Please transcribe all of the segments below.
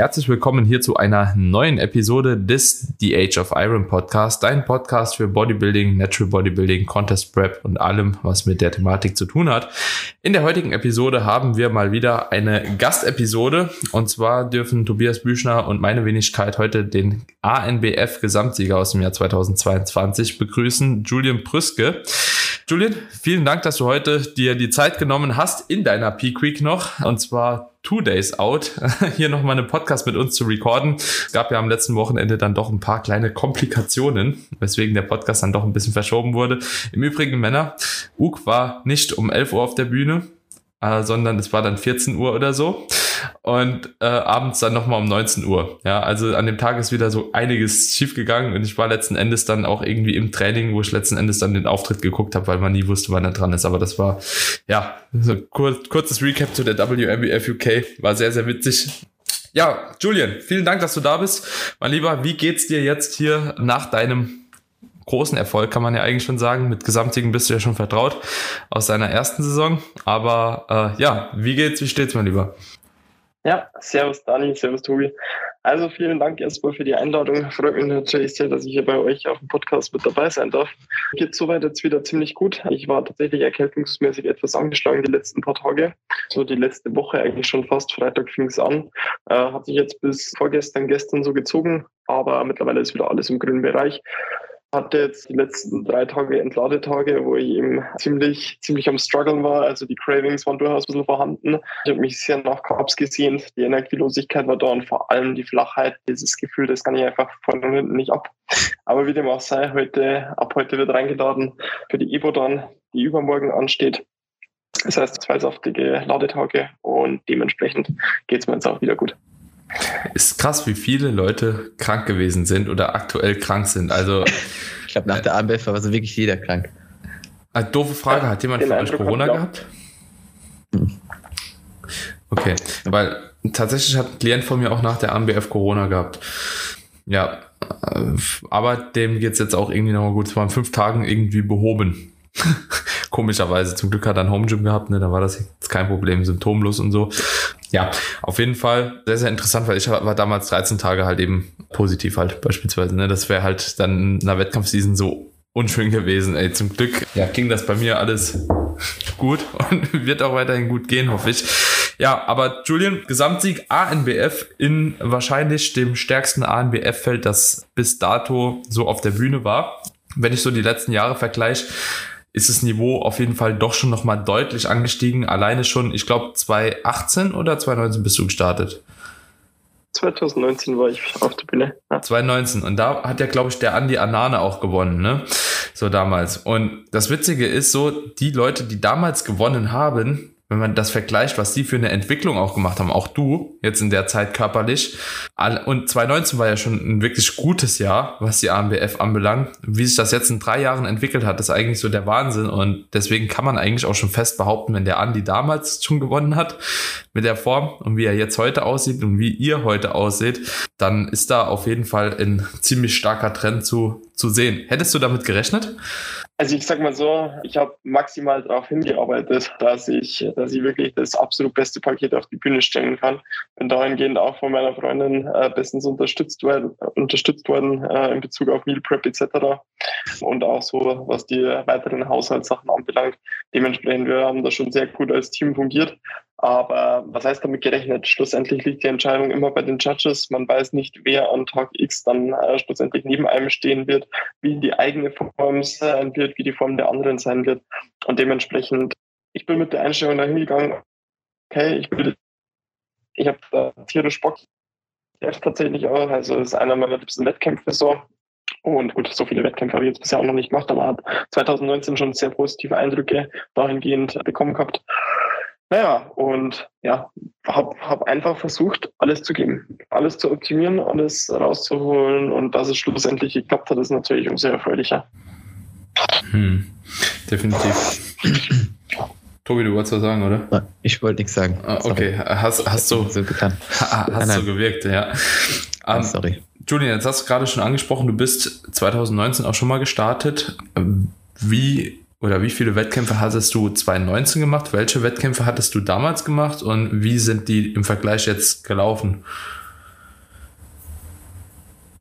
Herzlich willkommen hier zu einer neuen Episode des The Age of Iron Podcast, dein Podcast für Bodybuilding, Natural Bodybuilding, Contest Prep und allem, was mit der Thematik zu tun hat. In der heutigen Episode haben wir mal wieder eine Gastepisode, und zwar dürfen Tobias Büchner und meine Wenigkeit heute den ANBF-Gesamtsieger aus dem Jahr 2022 begrüßen, Julian Prüske. Julian, vielen Dank, dass du heute dir die Zeit genommen hast in deiner Peak Week noch, und zwar 2 days out, hier nochmal einen Podcast mit uns zu recorden. Es gab ja am letzten Wochenende dann doch ein paar kleine Komplikationen, weswegen der Podcast dann doch ein bisschen verschoben wurde. Im Übrigen, Männer, Uk war nicht um 11 Uhr auf der Bühne, sondern es war dann 14 Uhr oder so. Und abends dann nochmal um 19 Uhr. Ja, also an dem Tag ist wieder so einiges schief gegangen, und ich war letzten Endes dann auch irgendwie im Training, wo ich letzten Endes dann den Auftritt geguckt habe, weil man nie wusste, wann er dran ist. Aber das war, ja, so kurzes Recap zu der WNBF UK. War sehr, sehr witzig. Ja, Julian, vielen Dank, dass du da bist. Mein Lieber, wie geht's dir jetzt hier nach deinem großen Erfolg, kann man ja eigentlich schon sagen? Mit Gesamtsiegen bist du ja schon vertraut aus deiner ersten Saison. Aber wie geht's, wie steht's, mein Lieber? Ja, servus Dani, servus Tobi. Also vielen Dank erstmal für die Einladung. Freut mich natürlich sehr, dass ich hier bei euch auf dem Podcast mit dabei sein darf. Geht soweit jetzt wieder ziemlich gut. Ich war tatsächlich erkältungsmäßig etwas angeschlagen die letzten paar Tage. So die letzte Woche eigentlich schon fast. Freitag fing es an. Hat sich jetzt bis gestern so gezogen. Aber mittlerweile ist wieder alles im grünen Bereich. Hatte jetzt die letzten 3 Tage Entladetage, wo ich eben ziemlich am Struggeln war. Also die Cravings waren durchaus ein bisschen vorhanden. Ich habe mich sehr nach Carbs gesehnt. Die Energielosigkeit war da, und vor allem die Flachheit, dieses Gefühl, das kann ich einfach vorne und hinten nicht ab. Aber wie dem auch sei, ab heute wird reingeladen für die Evo dann, die übermorgen ansteht. Das heißt 2 saftige Ladetage, und dementsprechend geht es mir jetzt auch wieder gut. Ist krass, wie viele Leute krank gewesen sind oder aktuell krank sind. Also ich glaube, nach der ANBF war so wirklich jeder krank. Doofe Frage, hat jemand von euch Corona gehabt? Okay, weil tatsächlich hat ein Klient von mir auch nach der ANBF Corona gehabt. Ja, aber dem geht es jetzt auch irgendwie nochmal gut. Es war in 5 Tagen irgendwie behoben. Komischerweise. Zum Glück hat er ein Home Gym gehabt, ne? Da war das jetzt kein Problem, symptomlos und so. Ja, auf jeden Fall sehr, sehr interessant, weil ich war damals 13 Tage halt eben positiv halt beispielsweise. Ne? Das wäre halt dann in einer Wettkampfseason so unschön gewesen. Ey, zum Glück ging das bei mir alles gut und wird auch weiterhin gut gehen, hoffe ich. Ja, aber Julian, Gesamtsieg ANBF in wahrscheinlich dem stärksten ANBF-Feld, das bis dato so auf der Bühne war. Wenn ich so die letzten Jahre vergleiche, ist das Niveau auf jeden Fall doch schon nochmal deutlich angestiegen. Alleine schon, ich glaube, 2018 oder 2019 bist du gestartet? 2019 war ich auf der Bühne. Ja. 2019. Und da hat ja, glaube ich, der Andi Anane auch gewonnen, ne? So damals. Und das Witzige ist so, die Leute, die damals gewonnen haben, wenn man das vergleicht, was die für eine Entwicklung auch gemacht haben, auch du, jetzt in der Zeit körperlich. Und 2019 war ja schon ein wirklich gutes Jahr, was die ANBF anbelangt. Wie sich das jetzt in 3 Jahren entwickelt hat, ist eigentlich so der Wahnsinn. Und deswegen kann man eigentlich auch schon fest behaupten, wenn der Andi damals schon gewonnen hat mit der Form und wie er jetzt heute aussieht und wie ihr heute aussieht, dann ist da auf jeden Fall ein ziemlich starker Trend zu sehen. Hättest du damit gerechnet? Also ich sag mal so, ich habe maximal darauf hingearbeitet, dass ich wirklich das absolut beste Paket auf die Bühne stellen kann. Bin dahingehend auch von meiner Freundin bestens unterstützt worden in Bezug auf Meal Prep etc. Und auch so, was die weiteren Haushaltssachen anbelangt. Dementsprechend, wir haben da schon sehr gut als Team fungiert. Aber was heißt damit gerechnet? Schlussendlich liegt die Entscheidung immer bei den Judges. Man weiß nicht, wer an Tag X dann schlussendlich neben einem stehen wird, wie die eigene Form sein wird, wie die Form der anderen sein wird. Und dementsprechend, ich bin mit der Einstellung dahin gegangen, okay, ich habe da tierisch Bock. Tatsächlich auch, also das ist einer meiner liebsten Wettkämpfe so. Und gut, so viele Wettkämpfe habe ich jetzt bisher auch noch nicht gemacht, aber habe 2019 schon sehr positive Eindrücke dahingehend bekommen gehabt. Naja, und ja, hab einfach versucht, alles zu geben, alles zu optimieren, alles rauszuholen, und dass es schlussendlich geklappt hat, ist natürlich umso erfreulicher. Definitiv. Tobi, du wolltest was sagen, oder? Ich wollte nichts sagen. Okay, hast du so getan. Hast du gewirkt, ja. Sorry. Julian, jetzt hast du gerade schon angesprochen, du bist 2019 auch schon mal gestartet. Wie viele Wettkämpfe hattest du 2019 gemacht? Welche Wettkämpfe hattest du damals gemacht und wie sind die im Vergleich jetzt gelaufen?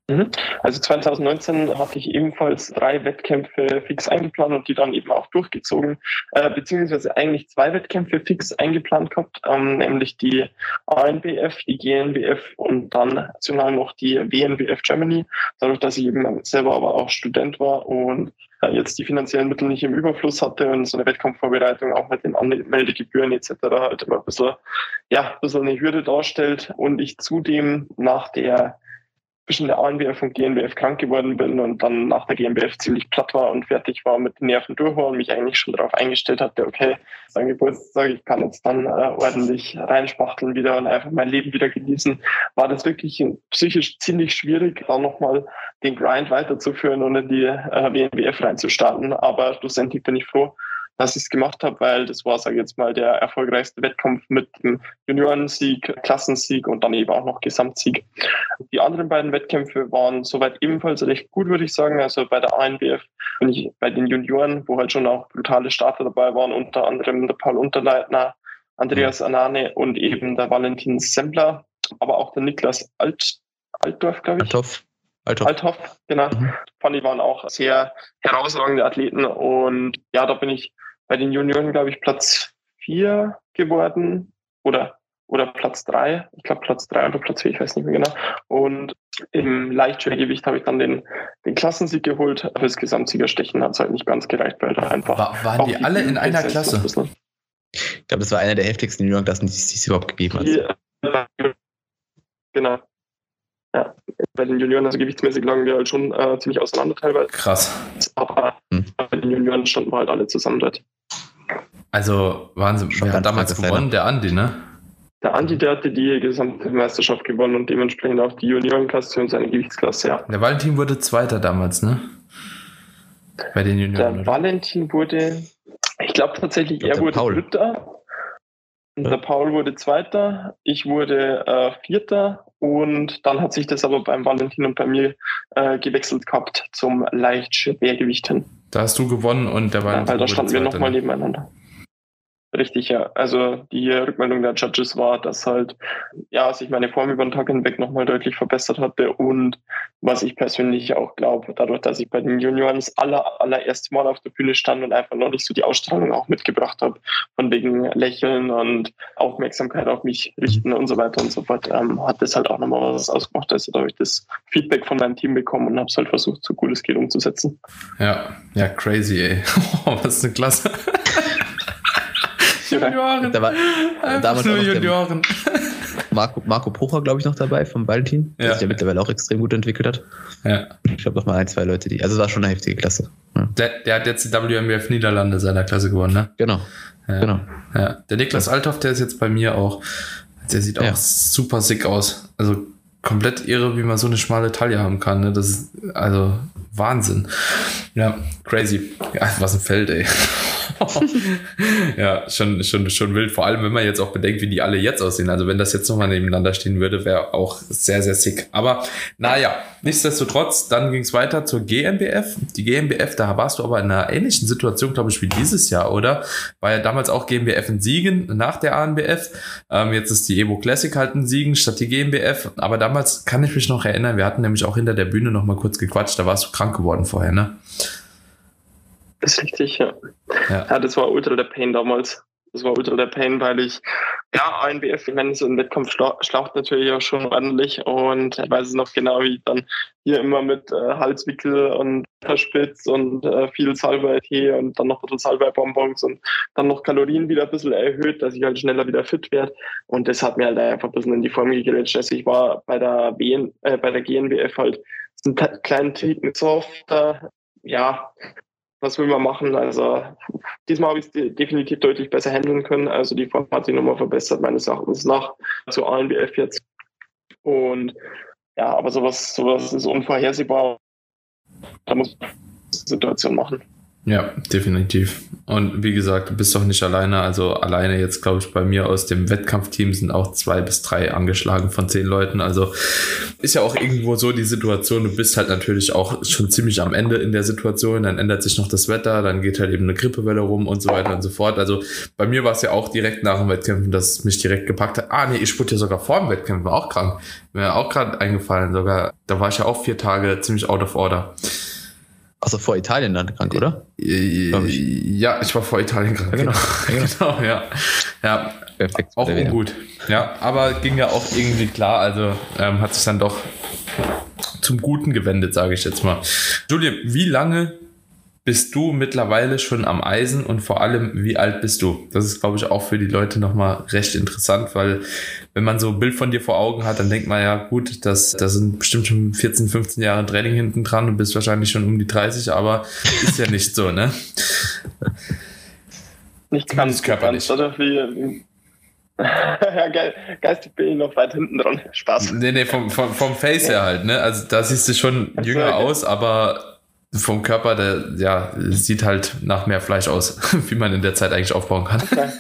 Also 2019 hatte ich ebenfalls 3 Wettkämpfe fix eingeplant und die dann eben auch durchgezogen, beziehungsweise eigentlich 2 Wettkämpfe fix eingeplant gehabt, nämlich die ANBF, die GNBF und dann national noch die WNBF Germany. Dadurch, dass ich eben selber aber auch Student war und jetzt die finanziellen Mittel nicht im Überfluss hatte und so eine Wettkampfvorbereitung auch mit den Anmeldegebühren etc. halt immer ein bisschen eine Hürde darstellt und ich zudem zwischen der ANBF und GNBF krank geworden bin und dann nach der GNBF ziemlich platt war und fertig war mit den Nerven durch war und mich eigentlich schon darauf eingestellt hatte, okay, sein Geburtstag, ich kann jetzt dann ordentlich reinspachteln wieder und einfach mein Leben wieder genießen, war das wirklich psychisch ziemlich schwierig, dann nochmal den Grind weiterzuführen und in die WNBF reinzustarten. Aber schlussendlich bin ich froh, dass ich es gemacht habe, weil das war, sage ich jetzt mal, der erfolgreichste Wettkampf mit dem Juniorensieg, Klassensieg und dann eben auch noch Gesamtsieg. Die anderen beiden Wettkämpfe waren soweit ebenfalls recht gut, würde ich sagen. Also bei der ANBF bin ich bei den Junioren, wo halt schon auch brutale Starter dabei waren, unter anderem der Paul Unterleitner, Andreas Anane und eben der Valentin Sembler, aber auch der Niklas Altdorf, glaube ich. Althoff, genau. Fand ich, waren auch sehr herausragende Athleten und ja, da bin ich bei den Junioren, glaube ich, Platz 4 geworden oder Platz 3. Ich glaube Platz 3 oder Platz 4, ich weiß nicht mehr genau. Und im Leichtschwergewicht habe ich dann den Klassensieg geholt. Für das Gesamtsiegerstechen hat es halt nicht ganz gereicht, weil da einfach... Waren die alle in einer Klasse? Ich glaube, das war einer der heftigsten Juniorenklassen, die es überhaupt gegeben hat. Genau. Ja, bei den Junioren, also gewichtsmäßig lagen wir halt schon ziemlich auseinander teilweise. Krass. Aber bei den Junioren standen wir halt alle zusammen dort. Also Wahnsinn. Wer hat damals gewonnen? Der Andi, ne? Der Andi, der hatte die gesamte Meisterschaft gewonnen und dementsprechend auch die Juniorenklasse und seine Gewichtsklasse, ja. Der Valentin wurde Zweiter damals, ne? Bei den Junioren. Der Valentin wurde, ich glaube tatsächlich, er wurde Dritter. Und der Paul wurde Zweiter, ich wurde Vierter und dann hat sich das aber beim Valentin und bei mir gewechselt gehabt zum Leichtschwergewicht hin. Da hast du gewonnen und der Valentin. Weil da standen wir nochmal nebeneinander. Richtig, ja. Also die Rückmeldung der Judges war, dass halt sich meine Form über den Tag hinweg nochmal deutlich verbessert hatte und was ich persönlich auch glaube, dadurch, dass ich bei den Junioren das allererste Mal auf der Bühne stand und einfach noch nicht so die Ausstrahlung auch mitgebracht habe, von wegen Lächeln und Aufmerksamkeit auf mich richten und so weiter und so fort, hat das halt auch nochmal was ausgemacht. Also da habe ich das Feedback von meinem Team bekommen und habe es halt versucht, so gut es geht umzusetzen. Ja, crazy, ey. Was ist eine Klasse. Junioren. Da war damals nur Junioren. Marco Pocher, glaube ich, noch dabei vom Valentin, der sich ja mittlerweile auch extrem gut entwickelt hat. Ja. Ich glaube noch mal 1, 2 Leute, also es war schon eine heftige Klasse. Ja. Der hat jetzt die WMBF Niederlande seiner Klasse gewonnen, ne? Genau. Ja. Genau. Ja. Der Niklas Althoff, der ist jetzt bei mir auch, der sieht auch super sick aus. Also komplett irre, wie man so eine schmale Taille haben kann, ne? Das ist also Wahnsinn. Ja, crazy. Ja, was ein Feld, ey. Ja, schon wild. Vor allem, wenn man jetzt auch bedenkt, wie die alle jetzt aussehen. Also wenn das jetzt nochmal nebeneinander stehen würde, wäre auch sehr, sehr sick. Aber naja, nichtsdestotrotz, dann ging es weiter zur GmbF. Die GmbF, da warst du aber in einer ähnlichen Situation, glaube ich, wie dieses Jahr, oder? War ja damals auch GmbF in Siegen nach der ANBF. Jetzt ist die Evo Classic halt in Siegen statt die GmbF. Aber damals kann ich mich noch erinnern, wir hatten nämlich auch hinter der Bühne noch mal kurz gequatscht. Da warst du krank geworden vorher, ne? Das ist richtig, ja. Ja, das war ultra der Pain damals. Das war ultra der Pain, weil ich, ANBF, ich meine, so ein Wettkampf schlaucht natürlich auch schon ordentlich und ich weiß es noch genau, wie ich dann hier immer mit Halswickel und Spitz und viel Salbei-Tee und dann noch ein bisschen Salbei-Bonbons und dann noch Kalorien wieder ein bisschen erhöht, dass ich halt schneller wieder fit werde und das hat mir halt einfach ein bisschen in die Form gegrätscht. Also ich war bei der GNBF halt so einen kleinen Ticken softer, was will man machen? Also diesmal habe ich es definitiv deutlich besser handeln können. Also die Form hat sich nochmal verbessert, meines Erachtens nach zur ANBF jetzt. Und aber sowas ist unvorhersehbar. Da muss man eine Situation machen. Ja, definitiv. Und wie gesagt, du bist doch nicht alleine. Also alleine jetzt, glaube ich, bei mir aus dem Wettkampfteam sind auch 2 bis 3 angeschlagen von 10 Leuten. Also ist ja auch irgendwo so die Situation. Du bist halt natürlich auch schon ziemlich am Ende in der Situation. Dann ändert sich noch das Wetter, dann geht halt eben eine Grippewelle rum und so weiter und so fort. Also bei mir war es ja auch direkt nach dem Wettkämpfen, dass es mich direkt gepackt hat. Nee, ich wurde ja sogar vor dem Wettkämpfen, war auch krank. Mir auch gerade eingefallen sogar. Da war ich ja auch 4 Tage ziemlich out of order. Also vor Italien dann krank, oder? Ja, ich war vor Italien krank. Ja, Genau, ja. Perfekt. Auch ungut. Ja, aber ging ja auch irgendwie klar. Also hat sich dann doch zum Guten gewendet, sage ich jetzt mal. Julian, wie lange bist du mittlerweile schon am Eisen und vor allem, wie alt bist du? Das ist, glaube ich, auch für die Leute nochmal recht interessant, weil wenn man so ein Bild von dir vor Augen hat, dann denkt man ja, gut, da sind bestimmt schon 14, 15 Jahre Training hinten dran und bist wahrscheinlich schon um die 30, aber ist ja nicht so, ne? Nicht ganz körperlich. Oder wie ja, geistig bin ich noch weit hinten dran. Spaß. Nee, vom Face her halt, ne? Also da siehst du schon jünger aus, aber vom Körper, der sieht halt nach mehr Fleisch aus, wie man in der Zeit eigentlich aufbauen kann. Okay.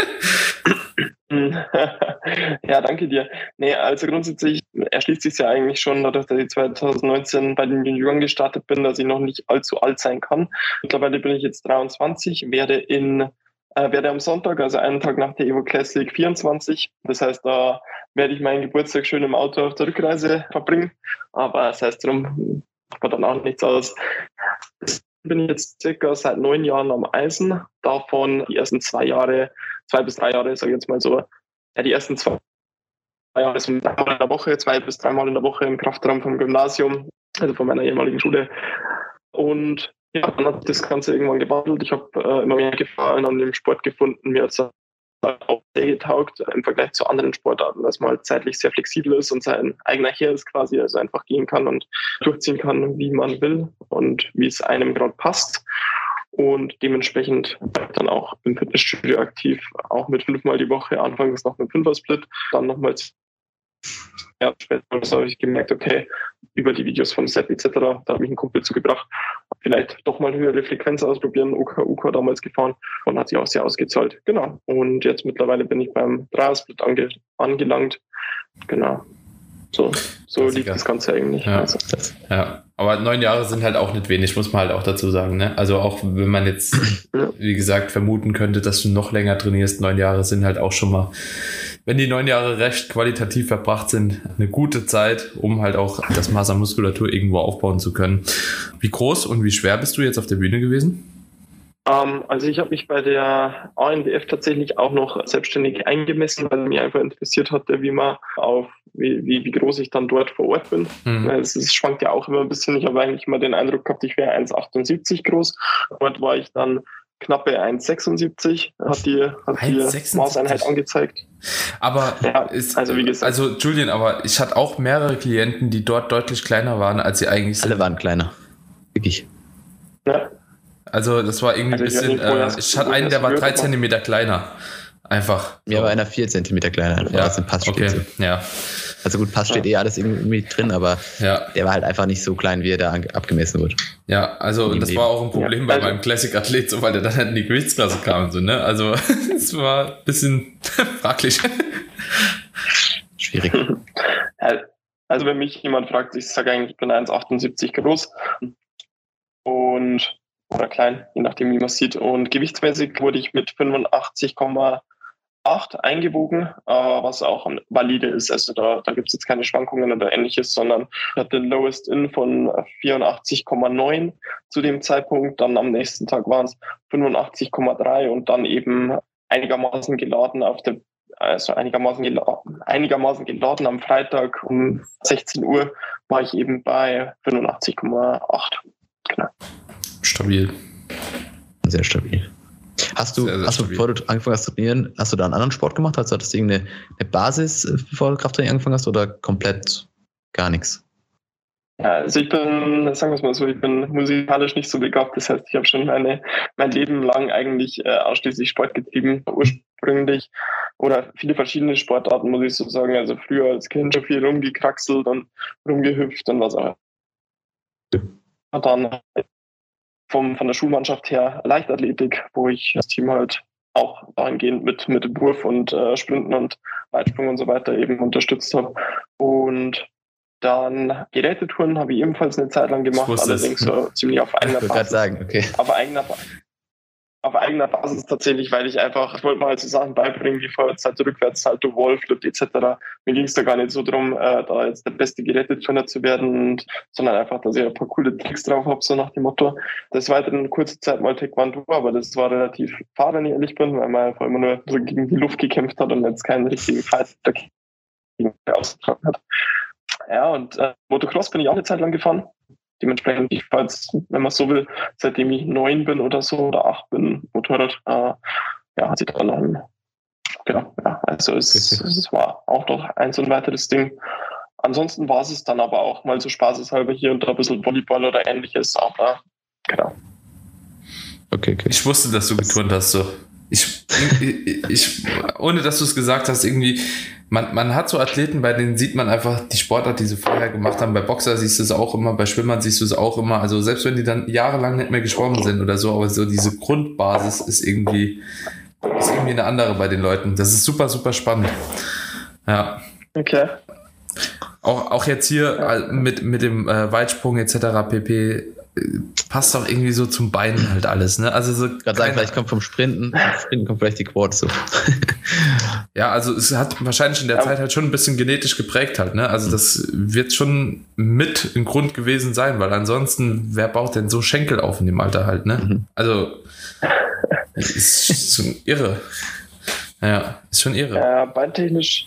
Ja, danke dir. Nee, also grundsätzlich erschließt sich ja eigentlich schon, dadurch, dass ich 2019 bei den Junioren gestartet bin, dass ich noch nicht allzu alt sein kann. Mittlerweile bin ich jetzt 23, werde am Sonntag, also einen Tag nach der Evo Classic, 24. Das heißt, da werde ich meinen Geburtstag schön im Auto auf der Rückreise verbringen. Aber das heißt, darum macht man dann auch nichts aus. Bin ich jetzt circa seit 9 Jahren am Eisen. Davon die ersten 2 bis 3 Jahre, sage ich jetzt mal so. Ja, die ersten 2 Jahre sind 3-mal in der Woche, 2 bis 3-mal in der Woche im Kraftraum vom Gymnasium, also von meiner ehemaligen Schule. Und ja, dann hat das Ganze irgendwann gewandelt. Ich habe immer mehr Gefallen an dem Sport gefunden. Mir hat es auch sehr getaugt im Vergleich zu anderen Sportarten, dass man halt zeitlich sehr flexibel ist und sein eigener Herr ist quasi, also einfach gehen kann und durchziehen kann, wie man will und wie es einem gerade passt. Und dementsprechend dann auch im Fitnessstudio aktiv, auch mit 5-mal die Woche, anfangs noch mit 5er-Split, dann nochmal später habe ich gemerkt, okay, über die Videos von Sepp etc., da hat mich ein Kumpel zugebracht, vielleicht doch mal höhere Frequenz ausprobieren, UK damals gefahren und hat sich auch sehr ausgezahlt. Genau. Und jetzt mittlerweile bin ich beim 3er-Split angelangt. Genau. So liegt das Ganze eigentlich. Ja. Ja. Aber 9 Jahre sind halt auch nicht wenig, muss man halt auch dazu sagen. Ne? Also auch wenn man jetzt, wie gesagt, vermuten könnte, dass du noch länger trainierst, 9 Jahre sind halt auch schon mal, wenn die 9 Jahre recht qualitativ verbracht sind, eine gute Zeit, um halt auch das Maß an Muskulatur irgendwo aufbauen zu können. Wie groß und wie schwer bist du jetzt auf der Bühne gewesen? Also ich habe mich bei der ANBF tatsächlich auch noch selbstständig eingemessen, weil mich einfach interessiert hatte, wie groß ich dann dort vor Ort bin. Es schwankt ja auch immer ein bisschen. Ich habe eigentlich immer den Eindruck gehabt, ich wäre 1,78 groß. Dort war ich dann knappe 1,76, hat die Maßeinheit angezeigt. Aber ja, also wie gesagt. Also Julian, aber ich hatte auch mehrere Klienten, die dort deutlich kleiner waren, als sie eigentlich sind. Alle waren kleiner. Wirklich. Ja. Also das war irgendwie ein bisschen, ich hatte einen, der war 3 Zentimeter kleiner. Einfach. Mir war einer 4 Zentimeter kleiner. Einfach, ja, als im Pass okay, steht. Ja. Also gut, Pass steht alles irgendwie drin, aber der war halt einfach nicht so klein, wie er da abgemessen wurde. Ja, also das war auch ein Problem bei meinem Classic-Athlet, so, weil der dann halt in die Gewichtsklasse kam. So, ne? Also es war ein bisschen fraglich. Schwierig. Also wenn mich jemand fragt, ich sage eigentlich, ich bin 1,78 groß oder klein, je nachdem, wie man es sieht. Und gewichtsmäßig wurde ich mit 85,8 eingewogen, was auch valide ist. Also da gibt es jetzt keine Schwankungen oder ähnliches, sondern ich hatte den Lowest In von 84,9 zu dem Zeitpunkt. Dann am nächsten Tag waren es 85,3 und dann eben einigermaßen geladen einigermaßen geladen am Freitag um 16 Uhr war ich eben bei 85,8. Genau. Stabil. Sehr stabil. Hast du, bevor du angefangen hast zu trainieren, hast du da einen anderen Sport gemacht? Also hattest du irgendeine Basis, bevor du Krafttraining angefangen hast, oder komplett gar nichts? Ja, also sagen wir es mal so, ich bin musikalisch nicht so begabt. Das heißt, ich habe schon mein Leben lang eigentlich ausschließlich Sport getrieben, ursprünglich. Oder viele verschiedene Sportarten, muss ich so sagen. Also früher als Kind schon viel rumgekraxelt und rumgehüpft und was auch. Dann von der Schulmannschaft her Leichtathletik, wo ich das Team halt auch dahingehend mit Wurf und Sprinten und Weitsprung und so weiter eben unterstützt habe. Und dann Gerätetouren habe ich ebenfalls eine Zeit lang gemacht, allerdings so ziemlich auf eigener Basis. Sagen, okay. Auf eigener Basis tatsächlich, weil ich wollte mal halt so Sachen beibringen wie Vorwärtssalto, Rückwärtssalto, Wallflip etc. Mir ging es da gar nicht so darum, da jetzt der beste Geräteturner zu werden, sondern einfach, dass ich ein paar coole Tricks drauf habe, so nach dem Motto. Das war dann eine kurze Zeit mal Taekwondo, aber das war relativ fad, wenn ich ehrlich bin, weil man einfach immer nur so gegen die Luft gekämpft hat und jetzt keinen richtigen Fight dagegen ausgetragen hat. Ja, und Motocross bin ich auch eine Zeit lang gefahren. Dementsprechend, ich fahre jetzt, wenn man so will, seitdem ich 9 bin oder so oder 8 bin, Motorrad, hat sich dann genau, ja, also es war auch noch ein so ein weiteres Ding. Ansonsten war es dann aber auch mal so spaßeshalber hier und da ein bisschen Volleyball oder ähnliches, aber genau. Okay. Ich wusste, dass du geturnt hast, so. Ich, ohne dass du es gesagt hast, irgendwie, man hat so Athleten, bei denen sieht man einfach die Sportart, die sie vorher gemacht haben. Bei Boxer siehst du es auch immer, bei Schwimmern siehst du es auch immer. Also selbst wenn die dann jahrelang nicht mehr geschwommen sind oder so, aber so diese Grundbasis ist irgendwie eine andere bei den Leuten. Das ist super, super spannend. Ja. Okay. Auch jetzt hier mit dem Weitsprung etc. pp. Passt auch irgendwie so zum Bein halt alles, ne? Also so gerade sagen, vielleicht kommt vom Sprinten kommt vielleicht die Quads so. Ja, also es hat wahrscheinlich in der Zeit halt schon ein bisschen genetisch geprägt halt, ne? Also das wird schon mit ein Grund gewesen sein, weil ansonsten, wer baut denn so Schenkel auf in dem Alter halt, ne? Mhm. Also es ist schon irre. Ja, ist schon irre. Ja, beintechnisch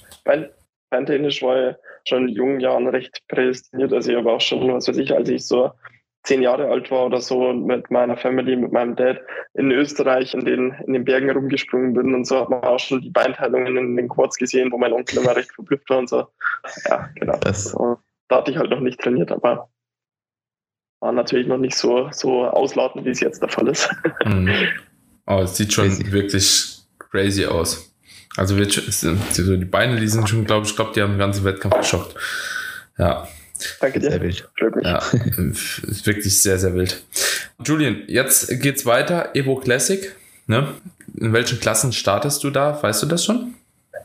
war ich schon in jungen Jahren recht prädestiniert, also ich habe auch schon, was weiß ich, als ich so 10 Jahre alt war oder so und mit meiner Family, mit meinem Dad in Österreich in den Bergen rumgesprungen bin und so, hat man auch schon die Beinteilungen in den Quads gesehen, wo mein Onkel immer recht verblüfft war und so. Ja, genau. So, da hatte ich halt noch nicht trainiert, aber war natürlich noch nicht so ausladend, wie es jetzt der Fall ist. Oh, es sieht schon wirklich crazy aus. Also die Beine, die sind schon, glaube ich, die haben den ganzen Wettkampf geschockt. Ja. Danke dir. Sehr wild. Ja, ist wirklich sehr, sehr wild. Julian, jetzt geht's weiter. Evo Classic. Ne? In welchen Klassen startest du da? Weißt du das schon?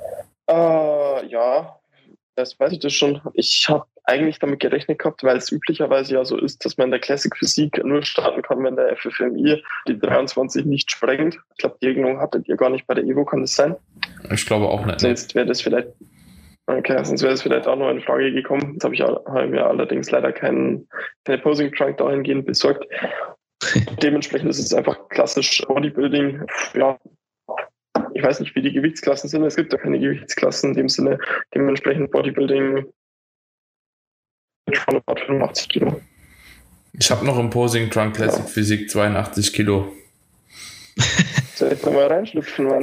Ja, das weiß ich das schon. Ich habe eigentlich damit gerechnet gehabt, weil es üblicherweise ja so ist, dass man in der Classic Physik nur starten kann, wenn der FFMI die 23 nicht sprengt. Ich glaube, die Regelung hattet ihr gar nicht bei der Evo, kann das sein? Ich glaube auch nicht. Sonst wäre das vielleicht auch noch in Frage gekommen. Jetzt habe ich mir allerdings leider keine Posing Trunk dahingehend besorgt. Dementsprechend ist es einfach klassisch Bodybuilding. Ja, ich weiß nicht, wie die Gewichtsklassen sind. Es gibt ja keine Gewichtsklassen in dem Sinne. Dementsprechend Bodybuilding mit 85 Kilo. Ich habe noch im Posing Trunk Classic Physik 82 Kilo. Soll ich nochmal reinschlüpfen, Mann?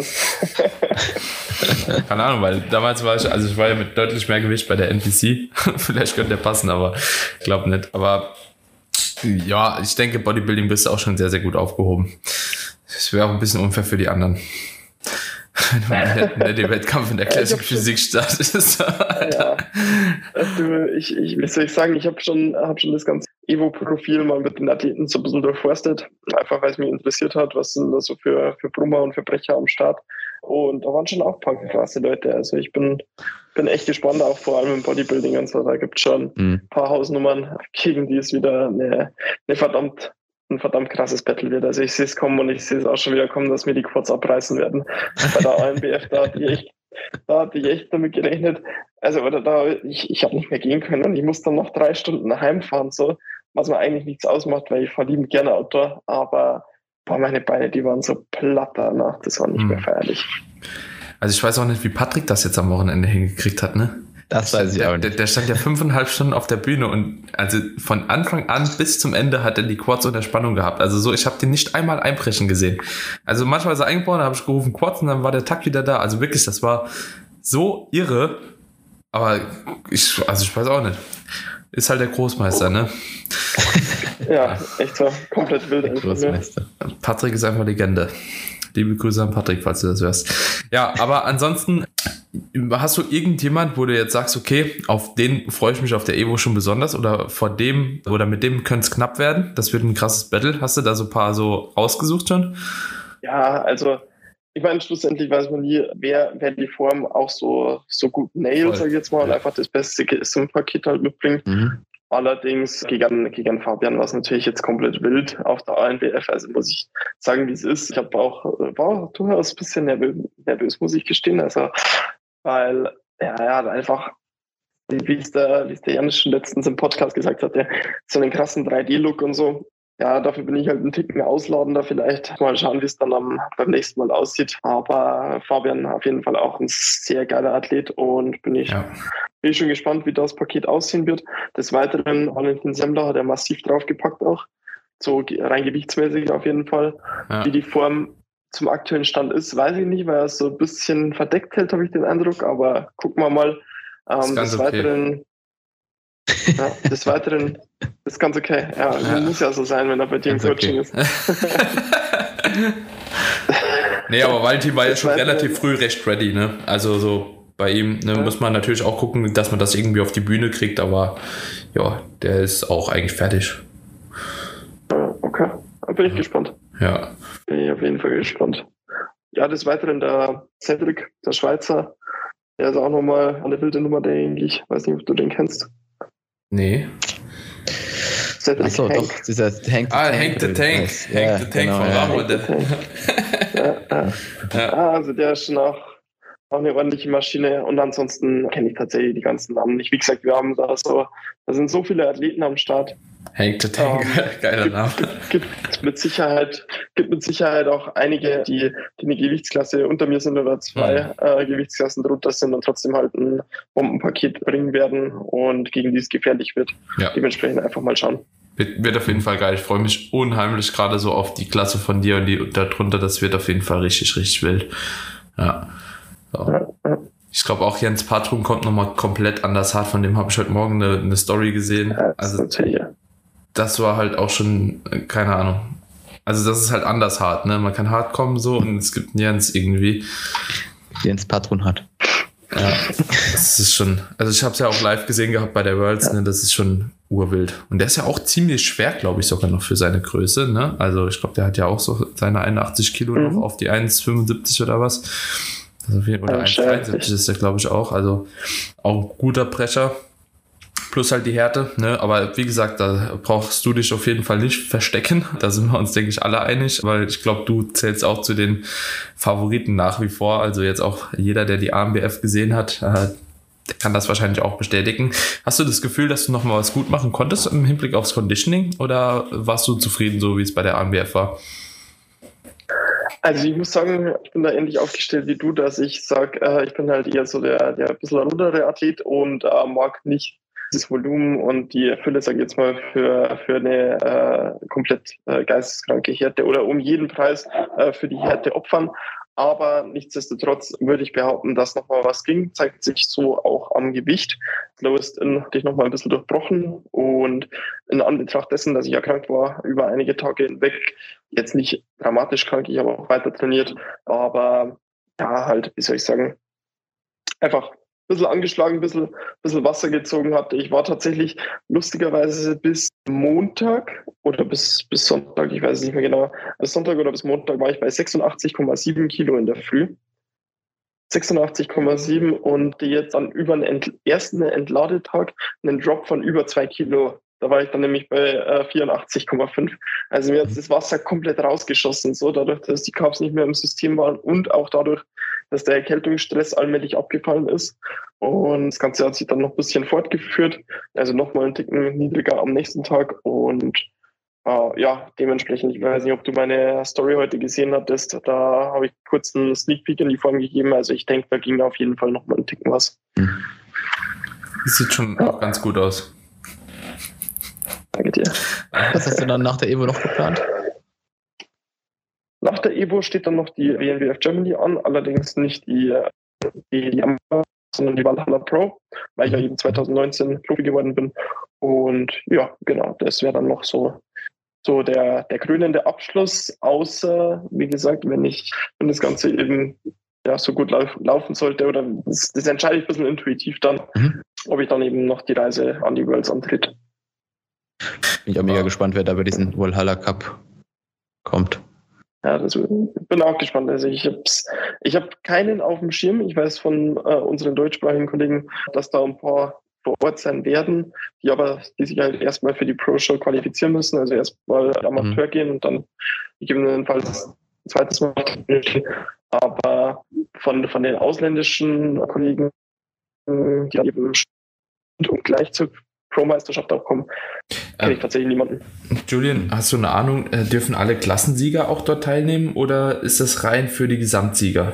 Keine Ahnung, weil damals ich war ja mit deutlich mehr Gewicht bei der NPC. Vielleicht könnte der passen, aber ich glaube nicht. Aber ja, ich denke, Bodybuilding bist du auch schon sehr, sehr gut aufgehoben. Es wäre auch ein bisschen unfair für die anderen. Wenn du den Wettkampf in der Classic Physik startest. Ja. Wie soll ich sagen, ich habe schon das ganze Evo-Profil mal mit den Athleten so ein bisschen durchforstet, einfach weil es mich interessiert hat, was sind da so für Brummer und Verbrecher am Start. Und da waren schon auch ein paar krasse Leute. Also ich bin echt gespannt, auch vor allem im Bodybuilding und so. Da gibt es schon ein paar Hausnummern, gegen die es wieder ein verdammt krasses Battle wird. Also ich sehe es kommen und ich sehe es auch schon wieder kommen, dass mir die Quads abreißen werden. Bei der ANBF, da hatte ich echt damit gerechnet. Also ich habe nicht mehr gehen können und ich muss dann noch 3 Stunden heimfahren, so, was mir eigentlich nichts ausmacht, weil ich fahre liebend gerne Auto, aber meine Beine, die waren so platt danach, das war nicht mehr feierlich. Also ich weiß auch nicht, wie Patrick das jetzt am Wochenende hingekriegt hat, ne? Das weiß ich auch nicht. Der stand ja 5,5 Stunden auf der Bühne und also von Anfang an bis zum Ende hat er die Quads unter Spannung gehabt. Also so, ich habe den nicht einmal einbrechen gesehen. Also manchmal ist er eingebrochen, da habe ich gerufen Quads und dann war der Takt wieder da. Also wirklich, das war so irre. Aber ich weiß auch nicht. Ist halt der Großmeister, ne? Ja, echt so. Komplett wild. Großmeister. Patrick ist einfach Legende. Liebe Grüße an Patrick, falls du das hörst. Ja, aber ansonsten, Hast du irgendjemand, wo du jetzt sagst, okay, auf den freue ich mich auf der Evo schon besonders oder vor dem oder mit dem könnte es knapp werden? Das wird ein krasses Battle. Hast du da so ein paar so ausgesucht schon? Ja, also ich meine, schlussendlich weiß man nie, wer die Form auch so gut nailt, sag ich jetzt mal, und einfach das beste Paket halt mitbringt. Allerdings gegen Fabian war es natürlich jetzt komplett wild auf der ANBF. Also muss ich sagen, wie es ist. Ich war durchaus ein bisschen nervös, muss ich gestehen. Also, weil er hat einfach, wie es der Janis schon letztens im Podcast gesagt hat, so einen krassen 3D-Look und so. Ja, dafür bin ich halt einen Ticken ausladender. Vielleicht mal schauen, wie es dann beim nächsten Mal aussieht. Aber Fabian auf jeden Fall auch ein sehr geiler Athlet und bin ich schon gespannt, wie das Paket aussehen wird. Des Weiteren, Valentin Semmler hat er massiv draufgepackt auch. So rein gewichtsmäßig auf jeden Fall. Ja. Wie die Form zum aktuellen Stand ist, weiß ich nicht, weil er es so ein bisschen verdeckt hält, habe ich den Eindruck. Aber gucken wir mal. Des Weiteren... Ja, des Weiteren ist ganz okay. Ja, muss ja so sein, wenn er bei dir im Coaching ist. Nee, aber Valentin war ja schon relativ früh recht ready, ne? Also so bei ihm muss man natürlich auch gucken, dass man das irgendwie auf die Bühne kriegt, aber ja, der ist auch eigentlich fertig. Okay, da bin ich gespannt. Ja. Bin ich auf jeden Fall gespannt. Ja, des Weiteren der Cedric, der Schweizer, der ist auch nochmal eine wilde Nummer, denke ich. Weiß nicht, ob du den kennst. Nee. Achso, doch, dieser Hank the Tank. Hank the Tank von Ramon. Also der ist schon auch eine ordentliche Maschine und ansonsten kenne ich tatsächlich die ganzen Namen nicht. Wie gesagt, da sind so viele Athleten am Start. Hank the Tank, geiler Name. Gibt mit Sicherheit auch einige, die eine Gewichtsklasse unter mir sind oder zwei Gewichtsklassen drunter sind und trotzdem halt ein Bombenpaket bringen werden und gegen die es gefährlich wird. Ja. Dementsprechend einfach mal schauen. Wird auf jeden Fall geil. Ich freue mich unheimlich gerade so auf die Klasse von dir und die darunter. Das wird auf jeden Fall richtig, richtig wild. Ja. So. Ich glaube auch Jens Patrum kommt nochmal komplett anders hart. Von dem habe ich heute Morgen eine Story gesehen. Also das war halt auch schon, keine Ahnung. Also das ist halt anders hart, ne? Man kann hart kommen so und es gibt einen Jens irgendwie. Jens Patron hat. Ja, das ist schon, also ich habe es ja auch live gesehen gehabt bei der Worlds, ne? Das ist schon urwild. Und der ist ja auch ziemlich schwer, glaube ich, sogar noch für seine Größe, ne? Also ich glaube, der hat ja auch so seine 81 Kilo noch auf die 1,75 oder was. Also oder 1,73 ist der, glaube ich, auch. Also auch ein guter Brecher. Plus halt die Härte, ne? Aber wie gesagt, da brauchst du dich auf jeden Fall nicht verstecken. Da sind wir uns, denke ich, alle einig, weil ich glaube, du zählst auch zu den Favoriten nach wie vor. Also jetzt auch jeder, der die ANBF gesehen hat, der kann das wahrscheinlich auch bestätigen. Hast du das Gefühl, dass du noch mal was gut machen konntest im Hinblick aufs Conditioning oder warst du zufrieden, so wie es bei der ANBF war? Also ich muss sagen, ich bin da ähnlich aufgestellt wie du, dass ich sage, ich bin halt eher so der ein bisschen rundere Athlet und mag nicht das Volumen und die Fülle, sage ich jetzt mal, für eine komplett geisteskranke Härte oder um jeden Preis für die Härte opfern. Aber nichtsdestotrotz würde ich behaupten, dass nochmal was ging, zeigt sich so auch am Gewicht. Lowest in hatte ich nochmal ein bisschen durchbrochen und in Anbetracht dessen, dass ich erkrankt war, über einige Tage hinweg, jetzt nicht dramatisch krank, ich habe auch weiter trainiert, aber ja, halt, wie soll ich sagen, einfach ein bisschen angeschlagen, ein bisschen Wasser gezogen hatte. Ich war tatsächlich lustigerweise bis Montag oder bis Sonntag, ich weiß es nicht mehr genau, bis Sonntag oder bis Montag war ich bei 86,7 Kilo in der Früh. 86,7 und jetzt dann über den ersten Entladetag einen Drop von über 2 Kilo. Da war ich dann nämlich bei 84,5. Also mir hat das Wasser komplett rausgeschossen, so dadurch, dass die Carbs nicht mehr im System waren und auch dadurch, dass der Erkältungsstress allmählich abgefallen ist. Und das Ganze hat sich dann noch ein bisschen fortgeführt, also nochmal einen Ticken niedriger am nächsten Tag. Und ja, dementsprechend, ich weiß nicht, ob du meine Story heute gesehen hattest, da habe ich kurz einen Sneak Peek in die Form gegeben. Also ich denke, da ging auf jeden Fall nochmal einen Ticken was. Das sieht schon auch ganz gut aus. Danke dir. Was hast du dann nach der Evo noch geplant? Nach der Evo steht dann noch die WNBF Germany an, allerdings nicht die sondern die Valhalla Pro, weil ich ja eben 2019 Profi geworden bin. Und ja, genau, das wäre dann noch so der krönende Abschluss, außer, wie gesagt, wenn das Ganze eben so gut laufen sollte. Oder das entscheide ich ein bisschen intuitiv dann, ob ich dann eben noch die Reise an die Worlds antritt. Bin ich auch mega gespannt, wer da bei diesem Valhalla Cup kommt. Ja, bin auch gespannt. Also ich habe keinen auf dem Schirm. Ich weiß von unseren deutschsprachigen Kollegen, dass da ein paar vor Ort sein werden, die sich halt erstmal für die Pro-Show qualifizieren müssen, also erstmal Amateur gehen und dann gegebenenfalls ein zweites Mal. Aber von den ausländischen Kollegen, die eben und gleich zur Pro-Meisterschaft auch kommen, kenne ich tatsächlich niemanden. Julian, hast du eine Ahnung, dürfen alle Klassensieger auch dort teilnehmen oder ist das rein für die Gesamtsieger?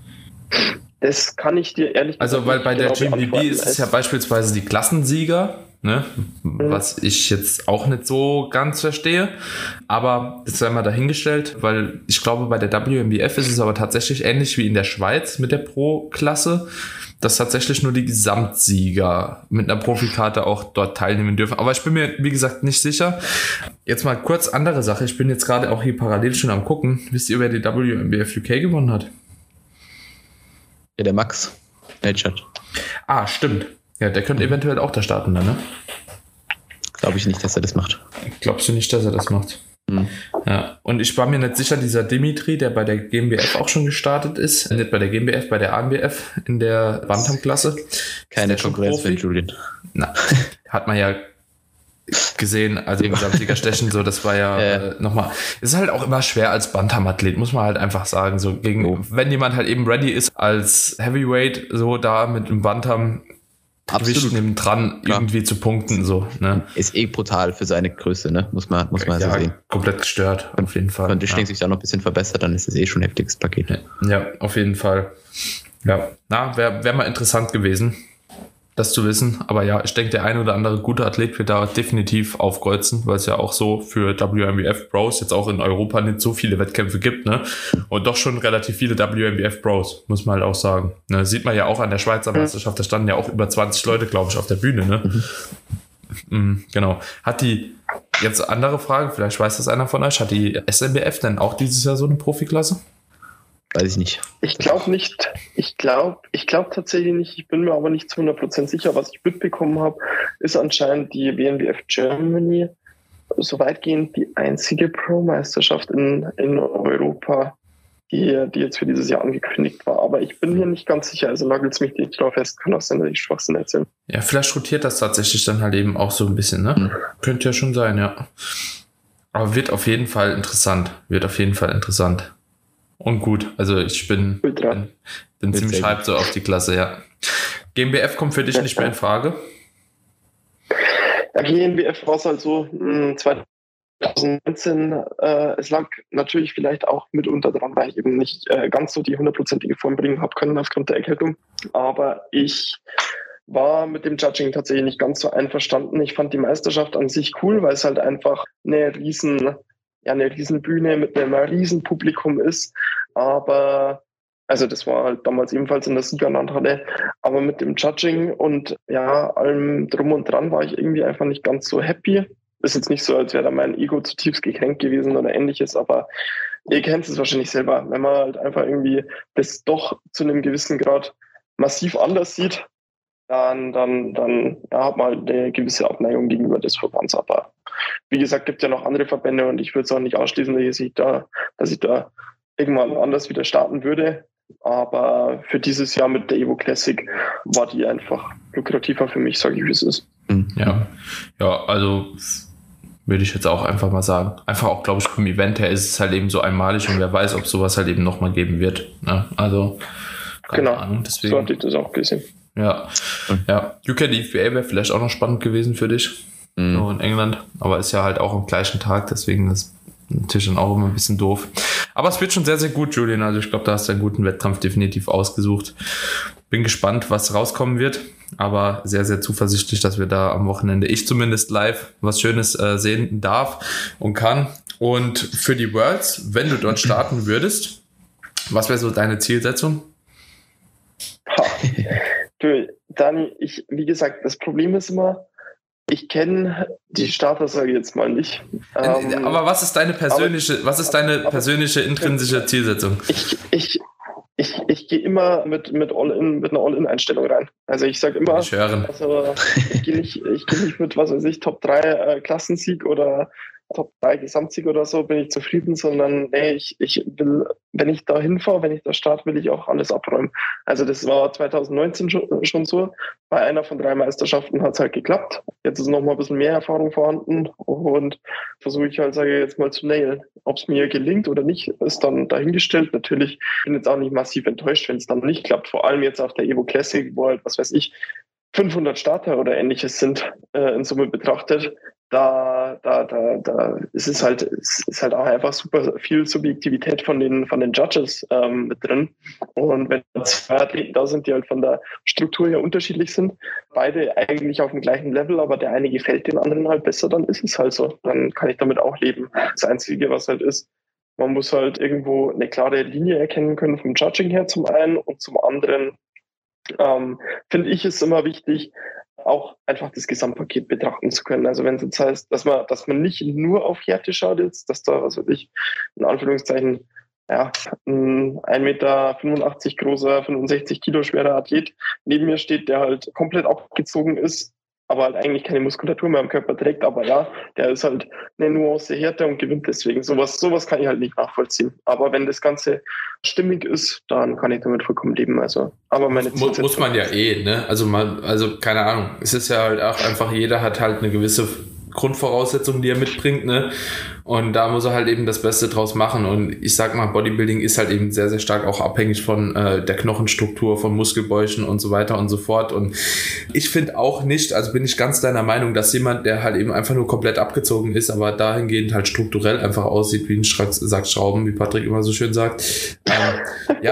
Das kann ich dir ehrlich gesagt nicht. Also, weil bei der GmbB ist es ja beispielsweise die Klassensieger, ne? Was ich jetzt auch nicht so ganz verstehe. Aber das sei mal dahingestellt, weil ich glaube, bei der WMBF ist es aber tatsächlich ähnlich wie in der Schweiz mit der Pro-Klasse, dass tatsächlich nur die Gesamtsieger mit einer Profikarte auch dort teilnehmen dürfen. Aber ich bin mir, wie gesagt, nicht sicher. Jetzt mal kurz andere Sache. Ich bin jetzt gerade auch hier parallel schon am gucken. Wisst ihr, wer die WMBF UK gewonnen hat? Ja, der Max Neidschert. Ah, stimmt. Ja, der könnte eventuell auch da starten dann, ne? Glaube ich nicht, dass er das macht. Glaubst du nicht, dass er das macht? Ja, und ich war mir nicht sicher, dieser Dimitri, der bei der GmbF auch schon gestartet ist, nicht bei der GmbF, bei der ANBF in der Bantam-Klasse. Keine Konkurrenz für Julian. Na, hat man ja gesehen, also im Gesamtsiegerstechen, so, das war ja nochmal, es ist halt auch immer schwer als Bantam-Athlet, muss man halt einfach sagen, so wenn jemand halt eben ready ist als Heavyweight, so da mit dem Bantam Gewicht neben dran irgendwie zu punkten, so, ne. Ist brutal für seine Größe, ne, muss man so sehen. Komplett gestört, auf jeden Fall. Wenn Tischling sich da noch ein bisschen verbessert, dann ist es schon ein heftiges Paket. Ja, auf jeden Fall. Ja, wäre mal interessant gewesen, das zu wissen. Aber ja, ich denke, der ein oder andere gute Athlet wird da definitiv aufkreuzen, weil es ja auch so für WMBF Pros jetzt auch in Europa nicht so viele Wettkämpfe gibt, ne? Und doch schon relativ viele WMBF Pros, muss man halt auch sagen. Ne? Sieht man ja auch an der Schweizer Meisterschaft, da standen ja auch über 20 Leute, glaube ich, auf der Bühne, ne? Genau. Hat die, jetzt andere Frage, vielleicht weiß das einer von euch, hat die SNBF denn auch dieses Jahr so eine Profiklasse? Weiß ich nicht. Ich glaube nicht. Ich glaube tatsächlich nicht. Ich bin mir aber nicht zu 100% sicher. Was ich mitbekommen habe, ist anscheinend die WNBF Germany so weitgehend die einzige Pro-Meisterschaft in Europa, die jetzt für dieses Jahr angekündigt war. Aber ich bin mir nicht ganz sicher. Also nagelt mich nicht drauf fest. Kann auch sein, dass ich Schwachsinn erzähle. Ja, vielleicht rotiert das tatsächlich dann halt eben auch so ein bisschen, ne? Könnte ja schon sein, ja. Aber wird auf jeden Fall interessant. Und gut, also ich bin ziemlich hyped so auf die Klasse, ja. GmbF kommt für dich nicht mehr in Frage? Ja, GmbF war es halt so 2019. Es lag natürlich vielleicht auch mitunter dran, weil ich eben nicht ganz so die 100%ige Form bringen habe können aufgrund der Erkältung. Aber ich war mit dem Judging tatsächlich nicht ganz so einverstanden. Ich fand die Meisterschaft an sich cool, weil es halt einfach eine riesen Bühne mit einem riesen Publikum ist, aber also das war halt damals ebenfalls in der Siegerlandhalle, aber mit dem Judging und ja, allem drum und dran war ich irgendwie einfach nicht ganz so happy. Ist jetzt nicht so, als wäre da mein Ego zutiefst gekränkt gewesen oder ähnliches, aber ihr kennt es wahrscheinlich selber, wenn man halt einfach irgendwie das doch zu einem gewissen Grad massiv anders sieht, dann hat man halt eine gewisse Abneigung gegenüber des Verbands. Aber wie gesagt, gibt ja noch andere Verbände und ich würde es auch nicht ausschließen, dass ich da irgendwann anders wieder starten würde. Aber für dieses Jahr mit der Evo Classic war die einfach lukrativer für mich, sage ich, wie es ist. Ja, also würde ich jetzt auch einfach mal sagen. Einfach auch, glaube ich, vom Event her ist es halt eben so einmalig und wer weiß, ob sowas halt eben nochmal geben wird. Ne? Also, keine Ahnung. Deswegen. So hatte ich das auch gesehen. Ja. UK DFBA wäre vielleicht auch noch spannend gewesen für dich. So in England. Aber ist ja halt auch am gleichen Tag, deswegen ist natürlich dann auch immer ein bisschen doof. Aber es wird schon sehr, sehr gut, Julian. Also ich glaube, da hast du einen guten Wettkampf definitiv ausgesucht. Bin gespannt, was rauskommen wird. Aber sehr, sehr zuversichtlich, dass wir da am Wochenende, ich zumindest live, was Schönes sehen darf und kann. Und für die Worlds, wenn du dort starten würdest, was wäre so deine Zielsetzung? Du, Dani, wie gesagt, das Problem ist immer, ich kenne die Starter, sage ich jetzt mal nicht. Aber was ist deine persönliche, intrinsische Zielsetzung? Ich gehe immer mit einer All-In-Einstellung rein. Also ich sage immer, ich gehe nicht mit, was weiß ich, Top 3 Klassensieg oder Top 3 Gesamtsieg oder so, bin ich zufrieden, sondern nee, ich will, wenn ich da hinfahre, wenn ich da starte, will ich auch alles abräumen. Also das war 2019 schon so. Bei einer von 3 Meisterschaften hat es halt geklappt. Jetzt ist noch mal ein bisschen mehr Erfahrung vorhanden und versuche ich halt, sage ich jetzt mal, zu nailen. Ob es mir gelingt oder nicht, ist dann dahingestellt. Natürlich bin ich jetzt auch nicht massiv enttäuscht, wenn es dann nicht klappt. Vor allem jetzt auf der Evo Classic, wo halt, was weiß ich, 500 Starter oder ähnliches sind in Summe betrachtet. Da ist es halt auch einfach super viel Subjektivität von den Judges mit drin. Und wenn 2 Athleten da sind, die halt von der Struktur her unterschiedlich sind, beide eigentlich auf dem gleichen Level, aber der eine gefällt den anderen halt besser, dann ist es halt so. Dann kann ich damit auch leben. Das Einzige, was halt ist, man muss halt irgendwo eine klare Linie erkennen können vom Judging her zum einen und zum anderen finde ich es immer wichtig, auch einfach das Gesamtpaket betrachten zu können. Also wenn es jetzt heißt, dass man nicht nur auf Härte schaut jetzt, dass da, was weiß ich, in Anführungszeichen, ja, ein 1,85 Meter großer, 65 Kilo schwerer Athlet neben mir steht, der halt komplett abgezogen ist, aber halt eigentlich keine Muskulatur mehr am Körper trägt, aber ja, der ist halt eine Nuance härter und gewinnt deswegen. Sowas kann ich halt nicht nachvollziehen. Aber wenn das Ganze stimmig ist, dann kann ich damit vollkommen leben. Also, aber meine muss man ja ne? Also keine Ahnung. Es ist ja halt auch einfach, jeder hat halt eine gewisse Grundvoraussetzungen, die er mitbringt, ne? Und da muss er halt eben das Beste draus machen. Und ich sag mal, Bodybuilding ist halt eben sehr, sehr stark auch abhängig von der Knochenstruktur, von Muskelbäuchen und so weiter und so fort. Und ich finde auch nicht, also bin ich ganz deiner Meinung, dass jemand, der halt eben einfach nur komplett abgezogen ist, aber dahingehend halt strukturell einfach aussieht wie ein Sack Schrauben, wie Patrick immer so schön sagt, ja,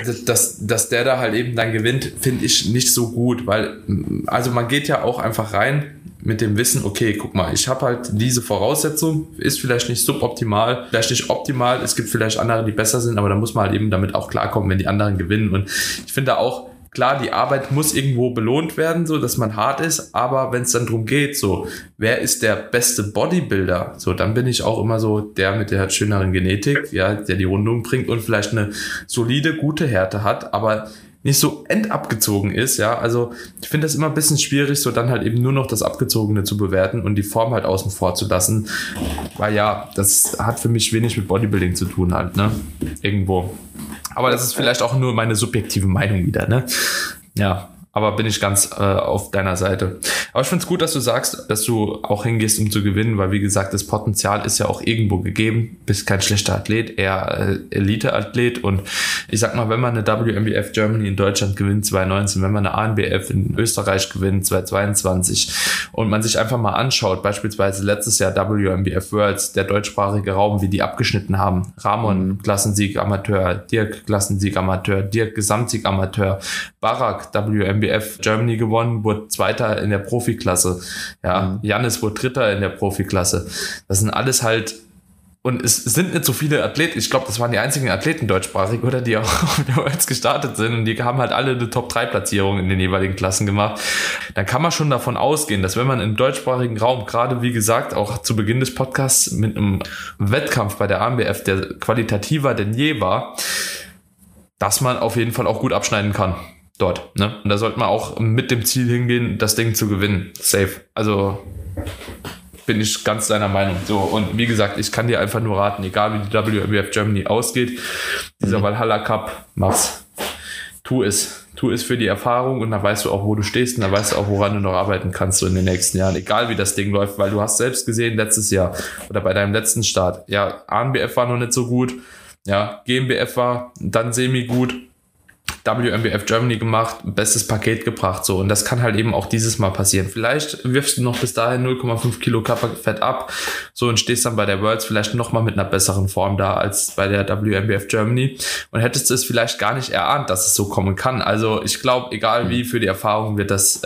dass der da halt eben dann gewinnt, finde ich nicht so gut, weil, also man geht ja auch einfach rein mit dem Wissen, okay, guck mal, ich habe halt diese Voraussetzung, ist vielleicht nicht suboptimal, vielleicht nicht optimal, es gibt vielleicht andere, die besser sind, aber da muss man halt eben damit auch klarkommen, wenn die anderen gewinnen. Und ich finde auch, klar, die Arbeit muss irgendwo belohnt werden, so dass man hart ist, aber wenn es dann darum geht, so, wer ist der beste Bodybuilder, so, dann bin ich auch immer so der mit der schöneren Genetik, ja, der die Rundung bringt und vielleicht eine solide, gute Härte hat, aber nicht so endabgezogen ist, ja, also ich finde das immer ein bisschen schwierig, so dann halt eben nur noch das Abgezogene zu bewerten und die Form halt außen vor zu lassen, weil ja, das hat für mich wenig mit Bodybuilding zu tun halt, ne, irgendwo. Aber das ist vielleicht auch nur meine subjektive Meinung wieder, ne, ja. Aber bin ich ganz auf deiner Seite. Aber ich finde es gut, dass du sagst, dass du auch hingehst, um zu gewinnen, weil wie gesagt, das Potenzial ist ja auch irgendwo gegeben. Bist kein schlechter Athlet, eher Elite-Athlet. Und ich sag mal, wenn man eine WMBF Germany in Deutschland gewinnt 2019, wenn man eine ANBF in Österreich gewinnt 2022 und man sich einfach mal anschaut, beispielsweise letztes Jahr WMBF Worlds, der deutschsprachige Raum, wie die abgeschnitten haben. Ramon Klassensieg Amateur, Dirk Klassensieg Amateur, Dirk Gesamtsieg Amateur, Barak WMBF Germany gewonnen, wurde Zweiter in der Profiklasse. Ja, Jannis wurde Dritter in der Profiklasse. Das sind alles halt, und es sind nicht so viele Athleten, ich glaube, das waren die einzigen Athleten deutschsprachig, oder, die auch auf der Worlds gestartet sind, und die haben halt alle eine Top-3-Platzierung in den jeweiligen Klassen gemacht. Dann kann man schon davon ausgehen, dass wenn man im deutschsprachigen Raum, gerade wie gesagt, auch zu Beginn des Podcasts mit einem Wettkampf bei der ANBF, der qualitativer denn je war, dass man auf jeden Fall auch gut abschneiden kann. Dort, ne? Und da sollte man auch mit dem Ziel hingehen, das Ding zu gewinnen. Safe. Also bin ich ganz deiner Meinung. So, und wie gesagt, ich kann dir einfach nur raten, egal wie die WMBF Germany ausgeht, dieser Valhalla Cup, mach's. Tu es. Tu es für die Erfahrung, und dann weißt du auch, wo du stehst, und dann weißt du auch, woran du noch arbeiten kannst so in den nächsten Jahren. Egal wie das Ding läuft, weil du hast selbst gesehen, letztes Jahr oder bei deinem letzten Start, ja, ANBF war noch nicht so gut, ja, GmbF war dann semi gut, WMBF Germany gemacht, bestes Paket gebracht, so, und das kann halt eben auch dieses Mal passieren. Vielleicht wirfst du noch bis dahin 0,5 Kilo Körperfett ab, so, und stehst dann bei der Worlds vielleicht nochmal mit einer besseren Form da als bei der WMBF Germany, und hättest du es vielleicht gar nicht erahnt, dass es so kommen kann. Also ich glaube, egal wie, für die Erfahrung wäre das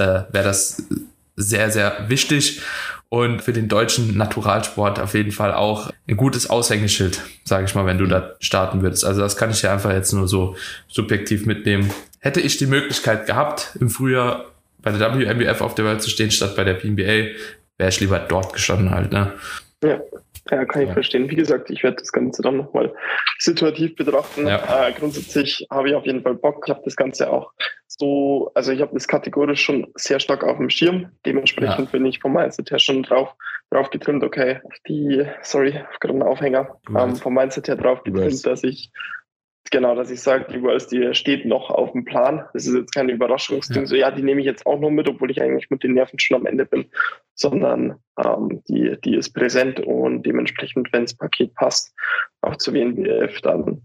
sehr, sehr wichtig. Und für den deutschen Naturalsport auf jeden Fall auch ein gutes Aushängeschild, sage ich mal, wenn du da starten würdest. Also das kann ich ja einfach jetzt nur so subjektiv mitnehmen. Hätte ich die Möglichkeit gehabt, im Frühjahr bei der WMBF auf der Welt zu stehen, statt bei der PNBA, wäre ich lieber dort gestanden halt, ne? Ja. Ja, kann ich verstehen. Wie gesagt, ich werde das Ganze dann nochmal situativ betrachten. Ja. Grundsätzlich habe ich auf jeden Fall Bock. Ich habe das Ganze auch so, also ich habe das kategorisch schon sehr stark auf dem Schirm. Dementsprechend bin ich vom Mindset her schon drauf getrimmt, okay, auf gerade einen Aufhänger, vom Mindset her drauf getrimmt, dass ich sage, die Worlds, die steht noch auf dem Plan. Das ist jetzt kein Überraschungsding. So, die nehme ich jetzt auch noch mit, obwohl ich eigentlich mit den Nerven schon am Ende bin, sondern die ist präsent und dementsprechend, wenn das Paket passt, auch zu WNBF, dann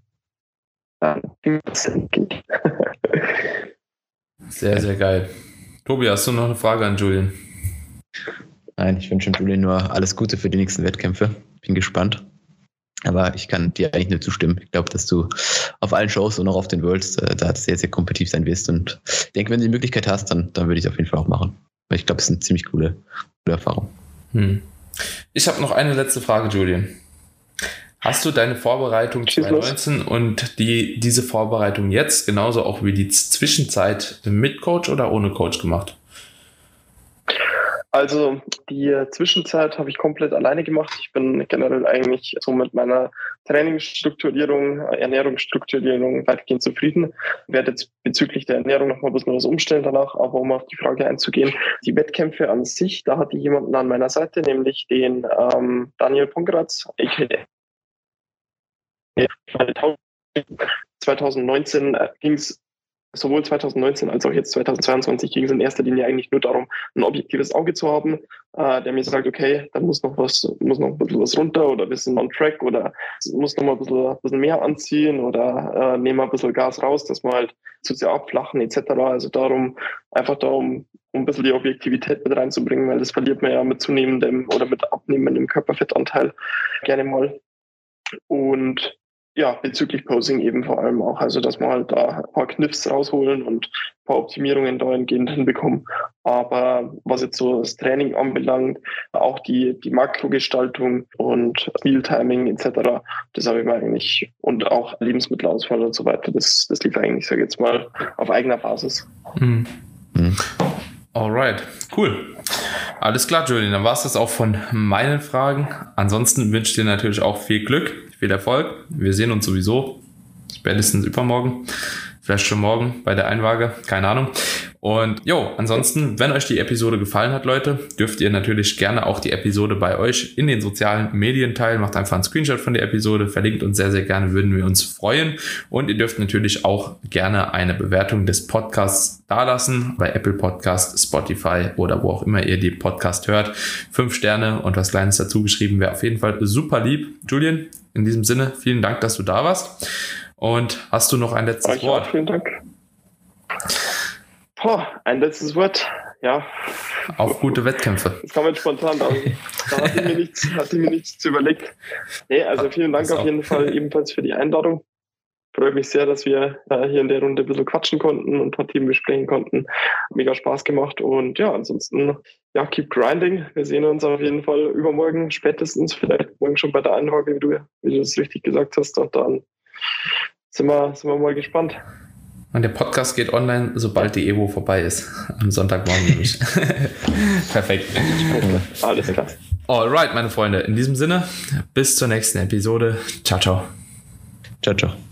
Sehr, sehr geil. Tobi, hast du noch eine Frage an Julian? Nein, ich wünsche Julian nur alles Gute für die nächsten Wettkämpfe. Bin gespannt. Aber ich kann dir eigentlich nur zustimmen. Ich glaube, dass du auf allen Shows und auch auf den Worlds da sehr, sehr kompetitiv sein wirst. Und ich denke, wenn du die Möglichkeit hast, dann würde ich es auf jeden Fall auch machen. Weil ich glaube, es ist eine ziemlich coole Erfahrung. Ich habe noch eine letzte Frage, Julian. Hast du deine Vorbereitung 2019 und diese Vorbereitung jetzt genauso auch wie die Zwischenzeit mit Coach oder ohne Coach gemacht? Also die Zwischenzeit habe ich komplett alleine gemacht. Ich bin generell eigentlich so mit meiner Trainingsstrukturierung, Ernährungsstrukturierung weitgehend zufrieden. Ich werde jetzt bezüglich der Ernährung noch mal ein bisschen was umstellen danach, aber um auf die Frage einzugehen, die Wettkämpfe an sich, da hatte ich jemanden an meiner Seite, nämlich den Daniel Pongratz. 2019 ging es sowohl 2019 als auch jetzt 2022 ging es in erster Linie eigentlich nur darum, ein objektives Auge zu haben, der mir sagt, okay, da muss noch ein bisschen was runter oder wir sind on track oder muss noch mal ein bisschen mehr anziehen oder nehmen wir ein bisschen Gas raus, dass wir halt zu sehr abflachen etc. Also darum ein bisschen die Objektivität mit reinzubringen, weil das verliert man ja mit zunehmendem oder mit abnehmendem Körperfettanteil gerne mal. Und ja, bezüglich Posing eben vor allem auch, also dass wir halt da ein paar Kniffs rausholen und ein paar Optimierungen dahingehend hinbekommen. Aber was jetzt so das Training anbelangt, auch die Makrogestaltung und Mealtiming etc., das habe ich mir eigentlich, und auch Lebensmittelauswahl und so weiter, das lief eigentlich, sage ich jetzt mal, auf eigener Basis. Alright, cool. Alles klar, Julian, dann war es das auch von meinen Fragen. Ansonsten wünsche ich dir natürlich auch viel Glück, viel Erfolg. Wir sehen uns sowieso spätestens übermorgen, vielleicht schon morgen bei der Einwaage, keine Ahnung. Und ansonsten, wenn euch die Episode gefallen hat, Leute, dürft ihr natürlich gerne auch die Episode bei euch in den sozialen Medien teilen. Macht einfach einen Screenshot von der Episode, verlinkt uns sehr, sehr gerne, würden wir uns freuen. Und ihr dürft natürlich auch gerne eine Bewertung des Podcasts dalassen, bei Apple Podcast, Spotify oder wo auch immer ihr die Podcast hört. 5 Sterne und was Kleines dazu geschrieben wäre auf jeden Fall super lieb. Julian, in diesem Sinne, vielen Dank, dass du da warst. Und hast du noch ein letztes Wort? Vielen Dank. Ein letztes Wort, ja. Auf gute Wettkämpfe. Das kann man spontan, da hatte ich mir nichts überlegt. Nee, also vielen Dank auf jeden Fall ebenfalls für die Einladung. Freut mich sehr, dass wir hier in der Runde ein bisschen quatschen konnten und ein paar Themen besprechen konnten. Mega Spaß gemacht und ja, ansonsten, keep grinding. Wir sehen uns auf jeden Fall übermorgen spätestens, vielleicht morgen schon bei der Einwaage, wie du es richtig gesagt hast. Und dann sind wir mal gespannt. Und der Podcast geht online, sobald die Evo vorbei ist. Am Sonntagmorgen nämlich. Perfekt. Alles klar. Alright, meine Freunde. In diesem Sinne, bis zur nächsten Episode. Ciao, ciao. Ciao, ciao.